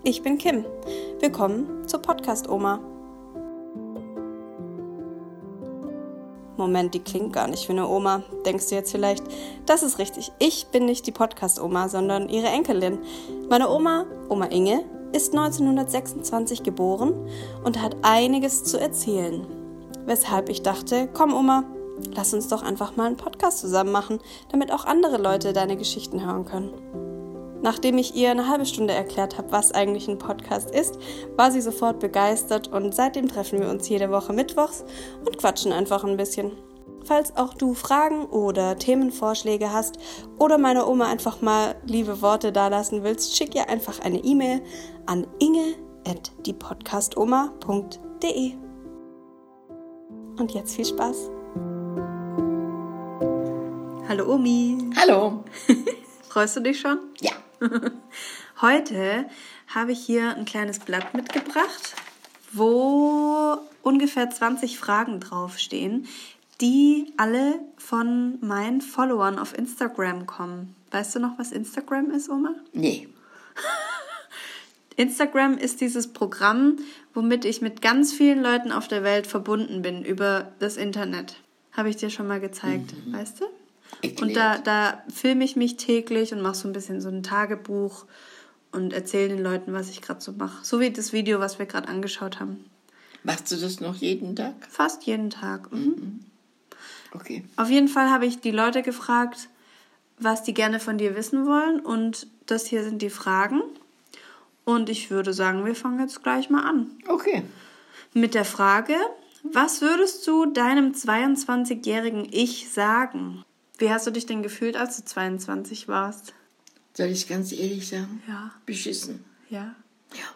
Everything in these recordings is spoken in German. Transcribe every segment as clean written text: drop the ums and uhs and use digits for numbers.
ich bin Kim. Willkommen zur Podcast-Oma. Moment, die klingt gar nicht wie eine Oma, denkst du jetzt vielleicht? Das ist richtig, ich bin nicht die Podcast-Oma, sondern ihre Enkelin. Meine Oma, Oma Inge, ist 1926 geboren und hat einiges zu erzählen. Weshalb ich dachte, komm Oma, lass uns doch einfach mal einen Podcast zusammen machen, damit auch andere Leute deine Geschichten hören können. Nachdem ich ihr eine halbe Stunde erklärt habe, was eigentlich ein Podcast ist, war sie sofort begeistert und seitdem treffen wir uns jede Woche mittwochs und quatschen einfach ein bisschen. Falls auch du Fragen oder Themenvorschläge hast oder meiner Oma einfach mal liebe Worte dalassen willst, schick ihr einfach eine E-Mail an inge@diepodcastoma.de. Und jetzt viel Spaß. Hallo Omi. Hallo. Freust du dich schon? Ja. Heute habe ich hier ein kleines Blatt mitgebracht, wo ungefähr 20 Fragen draufstehen, die alle von meinen Followern auf Instagram kommen. Weißt du noch, was Instagram ist, Oma? Nee. Instagram ist dieses Programm, womit ich mit ganz vielen Leuten auf der Welt verbunden bin über das Internet. Habe ich dir schon mal gezeigt, weißt du? Und da filme ich mich täglich und mache so ein bisschen so ein Tagebuch und erzähle den Leuten, was ich gerade so mache. So wie das Video, was wir gerade angeschaut haben. Machst du das noch jeden Tag? Fast jeden Tag. Okay. Auf jeden Fall habe ich die Leute gefragt, was die gerne von dir wissen wollen. Und das hier sind die Fragen. Und ich würde sagen, wir fangen jetzt gleich mal an. Okay. Mit der Frage, was würdest du deinem 22-jährigen Ich sagen? Wie hast du dich denn gefühlt, als du 22 warst? Soll ich es ganz ehrlich sagen? Ja. Beschissen. Ja. Ja.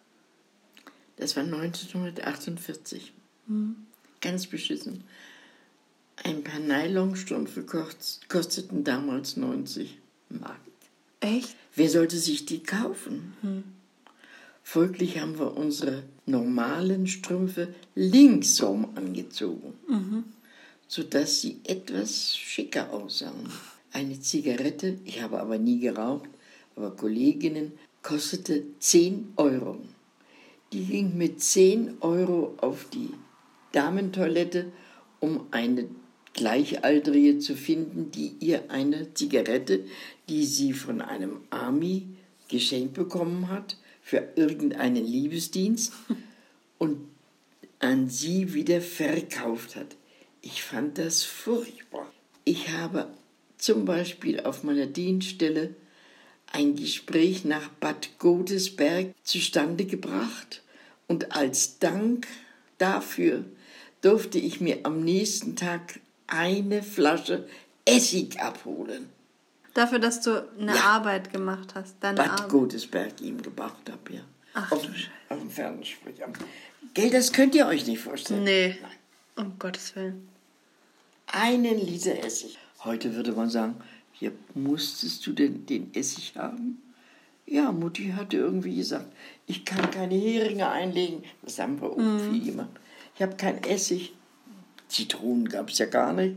Das war 1948. Ganz beschissen. Ein paar Nylonstrümpfe kosteten damals 90 Mark. Echt? Wer sollte sich die kaufen? Folglich haben wir unsere normalen Strümpfe linksrum angezogen, sodass sie etwas schicker aussahen. Eine Zigarette, ich habe aber nie geraucht, aber Kolleginnen, kostete 10 Euro. Die ging mit 10 Euro auf die Damentoilette, um eine Gleichaltrige zu finden, die ihr eine Zigarette, die sie von einem Ami geschenkt bekommen hat, für irgendeinen Liebesdienst und an sie wieder verkauft hat. Ich fand das furchtbar. Ich habe zum Beispiel auf meiner Dienststelle ein Gespräch nach Bad Godesberg zustande gebracht und als Dank dafür durfte ich mir am nächsten Tag eine Flasche Essig abholen. Dafür, dass du eine Arbeit gemacht hast. Bad Godesberg ihm gebracht habe, ja. Ach auf du Scheiße. dem Fernsehsprecher. Gell, das könnt ihr euch nicht vorstellen. Nee. Nein. Um Gottes Willen. Einen Liter Essig. Heute würde man sagen, hier musstest du denn den Essig haben? Ja, Mutti hatte irgendwie gesagt, ich kann keine Heringe einlegen. Das haben wir viel gemacht. Ich habe keinen Essig. Zitronen gab es ja gar nicht.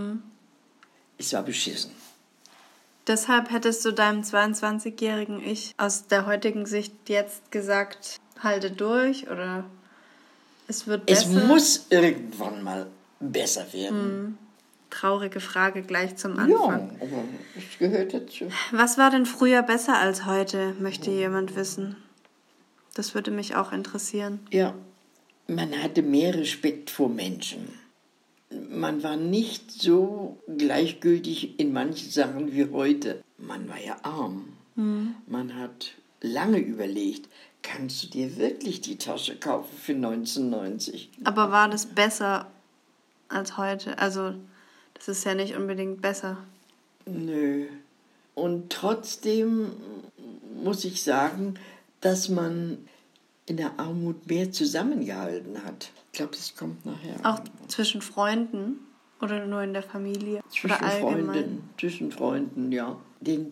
Es war beschissen. Deshalb hättest du deinem 22-jährigen Ich aus der heutigen Sicht jetzt gesagt, halte durch oder es wird besser? Es muss irgendwann mal besser werden. Traurige Frage gleich zum Anfang. Ja, aber es gehört dazu. Was war denn früher besser als heute, möchte jemand wissen. Das würde mich auch interessieren. Ja, man hatte mehr Respekt vor Menschen. Man war nicht so gleichgültig in manchen Sachen wie heute. Man war ja arm. Man hat lange überlegt, kannst du dir wirklich die Tasche kaufen für 1990? Aber war das besser als heute? Also, das ist ja nicht unbedingt besser. Nö. Und trotzdem muss ich sagen, dass man in der Armut mehr zusammengehalten hat. Ich glaube, das kommt nachher. Auch zwischen Freunden oder nur in der Familie? Oder allgemein? Zwischen Freunden, ja. Denn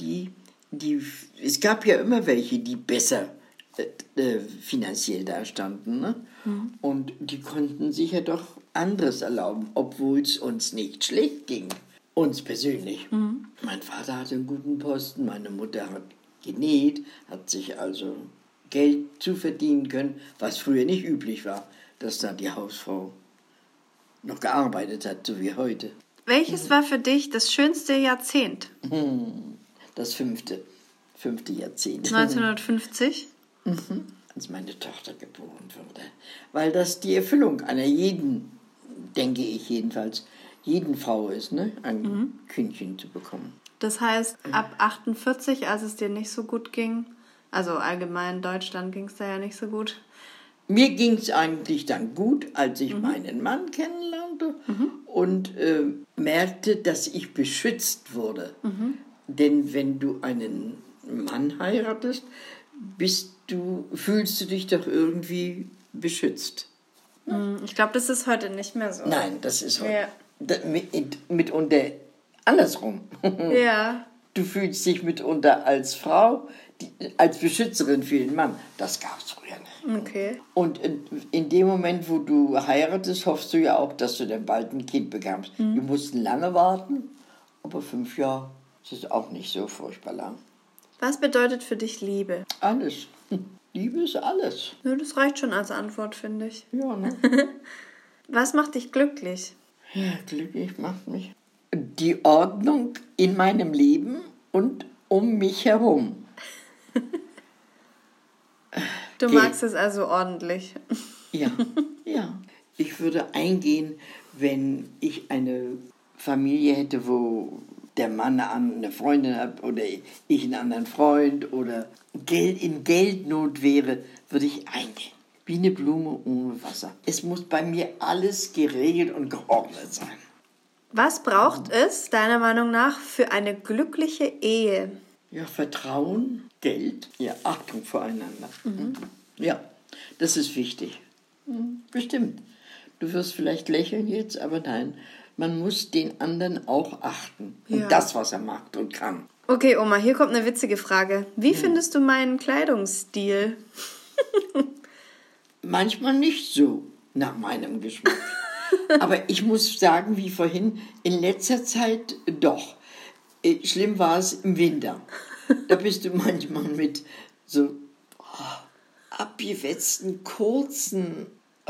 es gab ja immer welche, die besser finanziell dastanden. Ne? Und die konnten sich ja doch anderes erlauben, obwohl es uns nicht schlecht ging. Uns persönlich. Mein Vater hatte einen guten Posten, meine Mutter hat genäht, hat sich also Geld zu verdienen können, was früher nicht üblich war, dass da die Hausfrau noch gearbeitet hat, so wie heute. Welches war für dich das schönste Jahrzehnt? Das fünfte Jahrzehnt. 1950? Als meine Tochter geboren wurde. Weil das die Erfüllung einer jeden, denke ich jedenfalls, jeden Frau ist, ne? Ein Kindchen zu bekommen. Das heißt, ab 48, als es dir nicht so gut ging, also allgemein in Deutschland ging es da ja nicht so gut. Mir ging es eigentlich dann gut, als ich meinen Mann kennenlernte und merkte, dass ich beschützt wurde. Denn wenn du einen Mann heiratest, fühlst du dich doch irgendwie beschützt. Ich glaube, das ist heute nicht mehr so. Nein, das ist heute mitunter andersrum. Ja. Du fühlst dich mitunter als Frau, als Beschützerin für den Mann. Das gab es früher nicht. Okay. Und in dem Moment, wo du heiratest, hoffst du ja auch, dass du dann bald ein Kind bekommst. Wir mussten lange warten, aber 5 Jahre ist auch nicht so furchtbar lang. Was bedeutet für dich Liebe? Alles. Liebe ist alles. Ja, das reicht schon als Antwort, finde ich. Ja, ne? Was macht dich glücklich? Ja, glücklich macht mich die Ordnung in meinem Leben und um mich herum. Du magst es also ordentlich. Ja. Ich würde eingehen, wenn ich eine Familie hätte, wo der Mann eine Freundin hat oder ich einen anderen Freund oder in Geldnot wäre, würde ich eingehen. Wie eine Blume ohne Wasser. Es muss bei mir alles geregelt und geordnet sein. Was braucht es, deiner Meinung nach, für eine glückliche Ehe? Ja, Vertrauen, Geld, ja, Achtung voreinander. Ja, das ist wichtig. Bestimmt. Du wirst vielleicht lächeln jetzt, aber nein, man muss den anderen auch achten. Und das, was er macht und kann. Okay, Oma, hier kommt eine witzige Frage. Wie findest du meinen Kleidungsstil? Manchmal nicht so nach meinem Geschmack. Aber ich muss sagen, wie vorhin, in letzter Zeit doch. Schlimm war es im Winter. Da bist du manchmal mit so abgewetzten, kurzen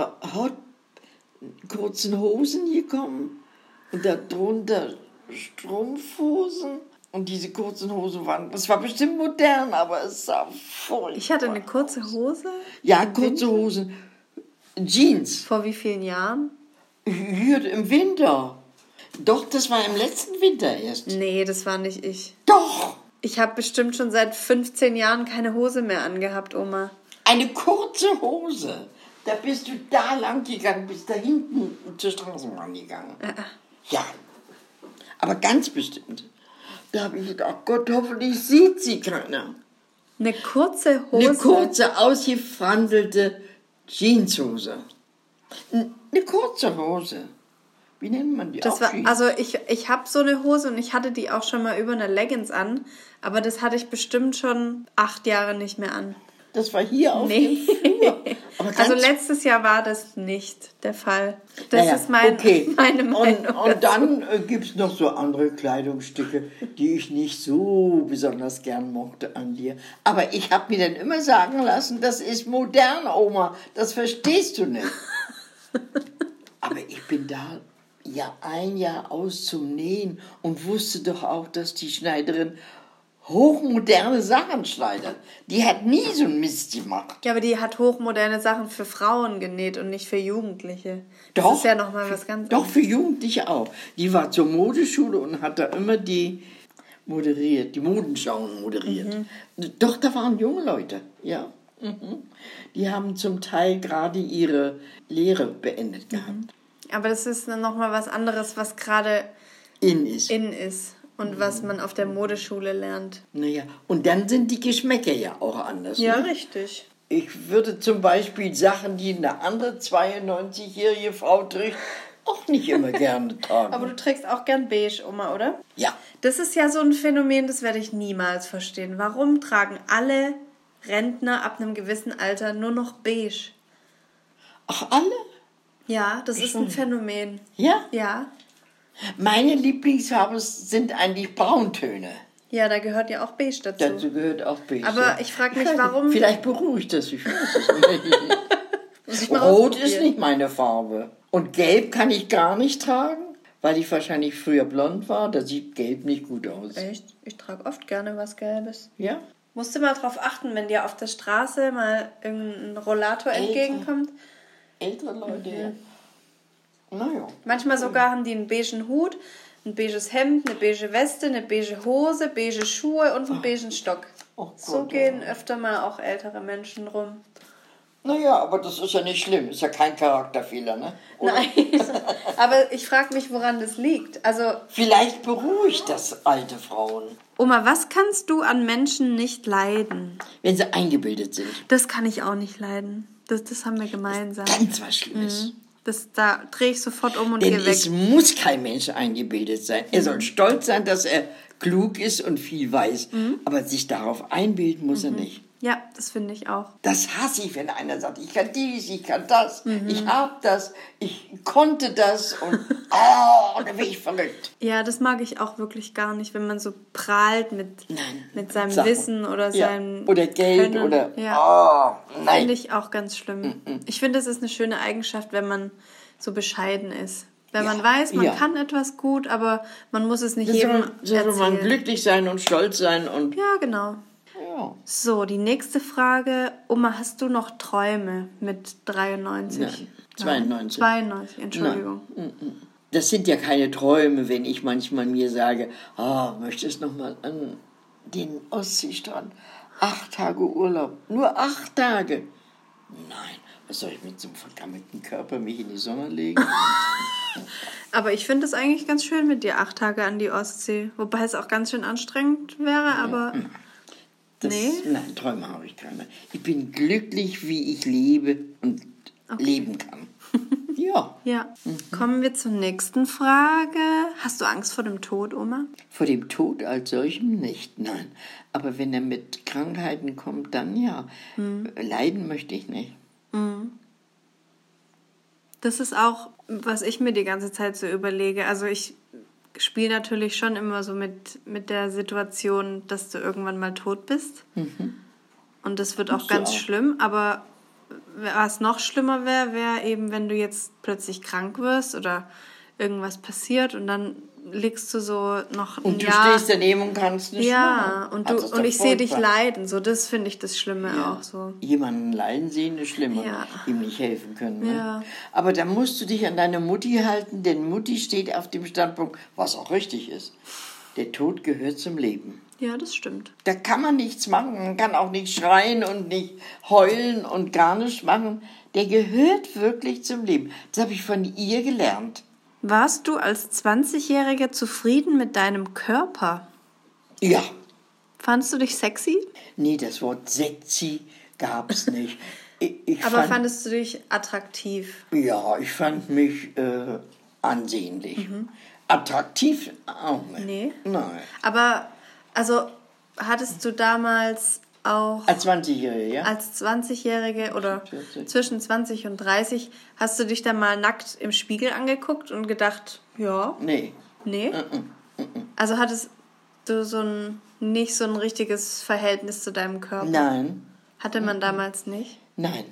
Hosen gekommen und darunter Strumpfhosen. Und diese kurzen Hosen das war bestimmt modern, aber es sah furchtbar. Ich hatte eine kurze Hose? Ja, kurze Hosen. Jeans. Vor wie vielen Jahren? Hier im Winter. Doch, das war im letzten Winter erst. Nee, das war nicht ich. Doch! Ich habe bestimmt schon seit 15 Jahren keine Hose mehr angehabt, Oma. Eine kurze Hose. Da bist du da lang gegangen, bist da hinten zur Straßenbahn gegangen. Ja, aber ganz bestimmt. Da habe ich gedacht, oh Gott, hoffentlich sieht sie keiner. Eine kurze Hose? Eine kurze, ausgefrandelte Jeanshose. Eine kurze Hose. Wie nennt man die? Also ich habe so eine Hose und ich hatte die auch schon mal über eine Leggings an, aber das hatte ich bestimmt schon 8 Jahre nicht mehr an. Das war hier auf dem Flur. Also letztes Jahr war das nicht der Fall. Das ist meine Meinung. Und dann gibt es noch so andere Kleidungsstücke, die ich nicht so besonders gern mochte an dir. Aber ich habe mir dann immer sagen lassen, das ist modern, Oma. Das verstehst du nicht. Aber ich bin da ein Jahr aus zum Nähen und wusste doch auch, dass die Schneiderin hochmoderne Sachen schneidert. Die hat nie so einen Mist gemacht. Ja, aber die hat hochmoderne Sachen für Frauen genäht und nicht für Jugendliche. Doch, das ist ja nochmal was ganz anderes. Doch, für Jugendliche auch. Die war zur Modeschule und hat da immer die Modenschauen moderiert. Doch, da waren junge Leute, ja. Die haben zum Teil gerade ihre Lehre beendet gehabt. Aber das ist dann nochmal was anderes, was gerade in ist. Und was man auf der Modeschule lernt. Naja, und dann sind die Geschmäcker ja auch anders. Ja, ne? richtig. Ich würde zum Beispiel Sachen, die eine andere 92-jährige Frau trägt, auch nicht immer gerne tragen. Aber du trägst auch gern beige, Oma, oder? Ja. Das ist ja so ein Phänomen, das werde ich niemals verstehen. Warum tragen alle Rentner ab einem gewissen Alter nur noch beige? Ach, alle? Ja, das ist ein Phänomen. Ja? Ja. Meine Lieblingsfarben sind eigentlich Brauntöne. Ja, da gehört ja auch beige dazu. Dazu gehört auch beige. Aber ich frage mich, warum... Vielleicht beruhigt das, ich weiß es nicht. Rot ist nicht meine Farbe. Und Gelb kann ich gar nicht tragen, weil ich wahrscheinlich früher blond war. Da sieht Gelb nicht gut aus. Echt? Ich trage oft gerne was Gelbes. Ja? Musst du mal drauf achten, wenn dir auf der Straße mal irgendein Rollator entgegenkommt. Ältere Leute, ja. Naja. Manchmal sogar haben die einen beigen Hut, ein beiges Hemd, eine beige Weste, eine beige Hose, beige Schuhe und einen beigen Stock. Oh Gott, so gehen öfter mal auch ältere Menschen rum. Naja, aber das ist ja nicht schlimm. Ist ja kein Charakterfehler, ne? Oder? Nein, aber ich frage mich, woran das liegt. Also, vielleicht beruhigt das alte Frauen. Oma, was kannst du an Menschen nicht leiden? Wenn sie eingebildet sind. Das kann ich auch nicht leiden. Das haben wir gemeinsam. Ganz was Schlimmes. Da drehe ich sofort um und Denn gehe weg. es muss kein Mensch eingebildet sein. Er soll stolz sein, dass er klug ist und viel weiß. Aber sich darauf einbilden muss er nicht. Ja, das finde ich auch. Das hasse ich, wenn einer sagt, ich kann dies, ich kann das, ich hab das, ich konnte das und da bin ich verrückt. Ja, das mag ich auch wirklich gar nicht, wenn man so prahlt mit seinem Sachen. Wissen oder seinem oder Geld Können. oder nein. Finde ich auch ganz schlimm. Ich finde, es ist eine schöne Eigenschaft, wenn man so bescheiden ist. Wenn man weiß, man kann etwas gut, aber man muss es nicht jedem soll erzählen. man glücklich sein und stolz sein und ja, genau. ja. So, die nächste Frage. Oma, hast du noch Träume mit 93? Nein, 92. 92, Entschuldigung. Das sind ja keine Träume, wenn ich manchmal mir sage, möchtest noch mal an den Ostseestrand? 8 Tage Urlaub, nur 8 Tage. Nein, was soll ich mit so einem vergammelten Körper mich in die Sonne legen? Aber ich finde es eigentlich ganz schön mit dir 8 Tage an die Ostsee. Wobei es auch ganz schön anstrengend wäre, aber... Nein, Träume habe ich keine. Ich bin glücklich, wie ich lebe und leben kann. Ja. Ja. Kommen wir zur nächsten Frage. Hast du Angst vor dem Tod, Oma? Vor dem Tod als solchem nicht, nein. Aber wenn er mit Krankheiten kommt, dann ja. Leiden möchte ich nicht. Das ist auch, was ich mir die ganze Zeit so überlege. Also ich spiele natürlich schon immer so mit der Situation, dass du irgendwann mal tot bist. Und das wird auch ganz schlimm. Aber was noch schlimmer wäre eben, wenn du jetzt plötzlich krank wirst oder irgendwas passiert und dann liegst du so noch ein und Jahr... Und du stehst daneben und kannst nicht machen. Und ich sehe dich leiden. So, das finde ich das Schlimme auch so. Jemanden leiden sehen ist schlimmer, ihm nicht helfen können. Ne? Ja. Aber da musst du dich an deine Mutti halten, denn Mutti steht auf dem Standpunkt, was auch richtig ist. Der Tod gehört zum Leben. Ja, das stimmt. Da kann man nichts machen, man kann auch nicht schreien und nicht heulen und gar nichts machen. Der gehört wirklich zum Leben. Das habe ich von ihr gelernt. Warst du als 20-Jähriger zufrieden mit deinem Körper? Ja. Fandest du dich sexy? Nee, das Wort sexy gab es nicht. Aber fandest du dich attraktiv? Ja, ich fand mich ansehnlich. Attraktiv auch nicht. Nee? Nein. Aber, also, hattest du damals auch... Als 20-Jährige, ja? Als 20-Jährige oder zwischen 20 und 30, hast du dich dann mal nackt im Spiegel angeguckt und gedacht, ja? Nee. Nee? Also hattest du nicht so ein richtiges Verhältnis zu deinem Körper? Nein. Hatte man damals nicht? Nein.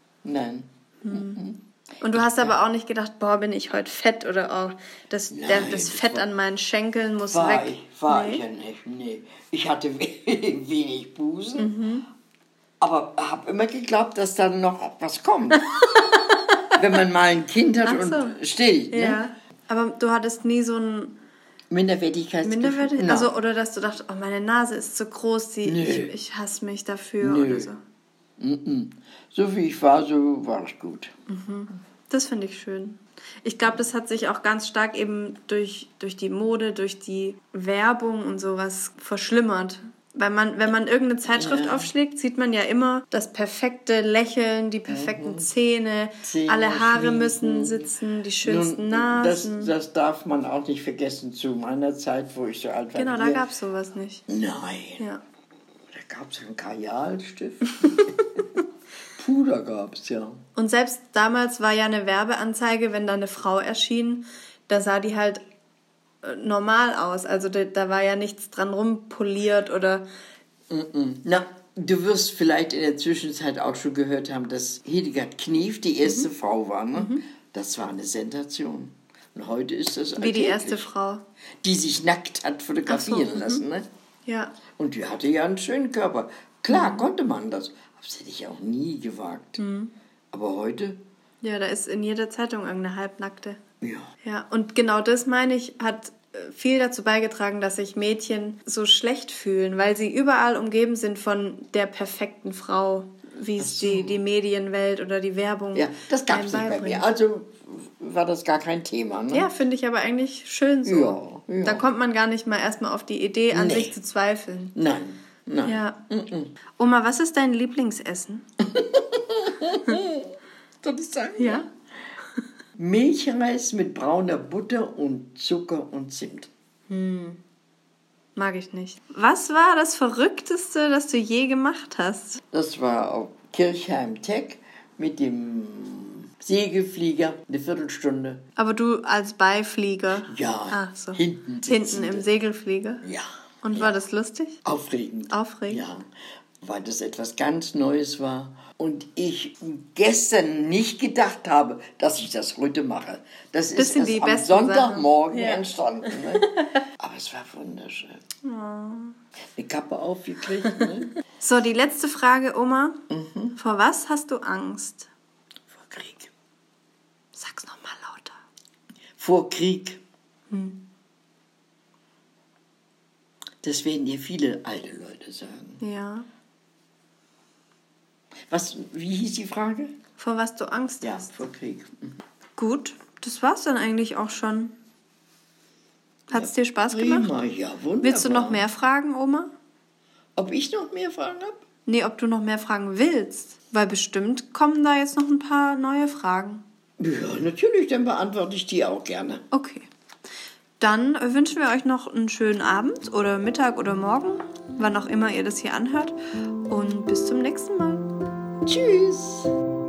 Und du hast aber auch nicht gedacht, boah, bin ich heute fett oder das Fett an meinen Schenkeln muss weg. War ich ja nicht, nee. Ich hatte wenig Busen, aber habe immer geglaubt, dass dann noch was kommt. Wenn man mal ein Kind hat und stillt. Ja, ne? aber du hattest nie so ein Minderwertigkeitsgefühl? Also, oder dass du dachtest, oh, meine Nase ist zu groß, ich hasse mich dafür oder so. So wie ich war, so war ich gut. Das finde ich schön. Ich glaube, das hat sich auch ganz stark eben durch die Mode, durch die Werbung und sowas verschlimmert. Weil wenn man irgendeine Zeitschrift aufschlägt, sieht man ja immer das perfekte Lächeln, die perfekten Zähne, alle Haare schminken. Müssen sitzen, die schönsten Nasen. Das darf man auch nicht vergessen zu meiner Zeit, wo ich so alt war. Genau, da gab es sowas nicht. Nein. Ja. Da gab es einen Kajalstift. Puder gab es, ja. Und selbst damals war ja eine Werbeanzeige, wenn da eine Frau erschien, da sah die halt normal aus. Also da war ja nichts dran rumpoliert oder... Na, du wirst vielleicht in der Zwischenzeit auch schon gehört haben, dass Hildegard Knef die erste Frau war. Ne? Das war eine Sensation. Und heute ist das Wie die erste Frau. Die sich nackt hat fotografieren lassen. Ne? Ja. Und die hatte ja einen schönen Körper. Klar, konnte man das. Aber das hätte ich auch nie gewagt. Aber heute... Ja, da ist in jeder Zeitung irgendeine Halbnackte. Ja. Ja, und genau das, meine ich, hat viel dazu beigetragen, dass sich Mädchen so schlecht fühlen, weil sie überall umgeben sind von der perfekten Frau, wie es die Medienwelt oder die Werbung Ja, das gab es nicht bei mir. Also war das gar kein Thema. Ne? Ja, finde ich aber eigentlich schön so. Ja. Da kommt man gar nicht mal erstmal auf die Idee, an sich zu zweifeln. Nein. Ja. Oma, was ist dein Lieblingsessen? Soll ich sagen? Ja. Milchreis mit brauner Butter und Zucker und Zimt. Mag ich nicht. Was war das Verrückteste, das du je gemacht hast? Das war auf Kirchheim-Tech mit dem Segelflieger, eine Viertelstunde. Aber du als Beiflieger? Ja, so. hinten im Segelflieger? Ja. Und ja. war das lustig? Aufregend. Ja, weil das etwas ganz Neues war. Und ich gestern nicht gedacht habe, dass ich das heute mache. Das ist erst am Sonntagmorgen entstanden. Ne? Aber es war wunderschön. Eine Kappe aufgekriegt. Ne? So, die letzte Frage, Oma. Vor was hast du Angst? Vor Krieg. Sag's nochmal lauter. Vor Krieg. Das werden dir viele alte Leute sagen. Ja. Wie hieß die Frage? Vor was du Angst hast? Ja, vor Krieg. Gut, das war's dann eigentlich auch schon. Hat's dir Spaß gemacht? Prima, ja, wunderbar. Willst du noch mehr fragen, Oma? Ob ich noch mehr Fragen habe? Nee, ob du noch mehr fragen willst. Weil bestimmt kommen da jetzt noch ein paar neue Fragen. Ja, natürlich, dann beantworte ich die auch gerne. Okay. Dann wünschen wir euch noch einen schönen Abend oder Mittag oder Morgen, wann auch immer ihr das hier anhört. Und bis zum nächsten Mal. Tschüss.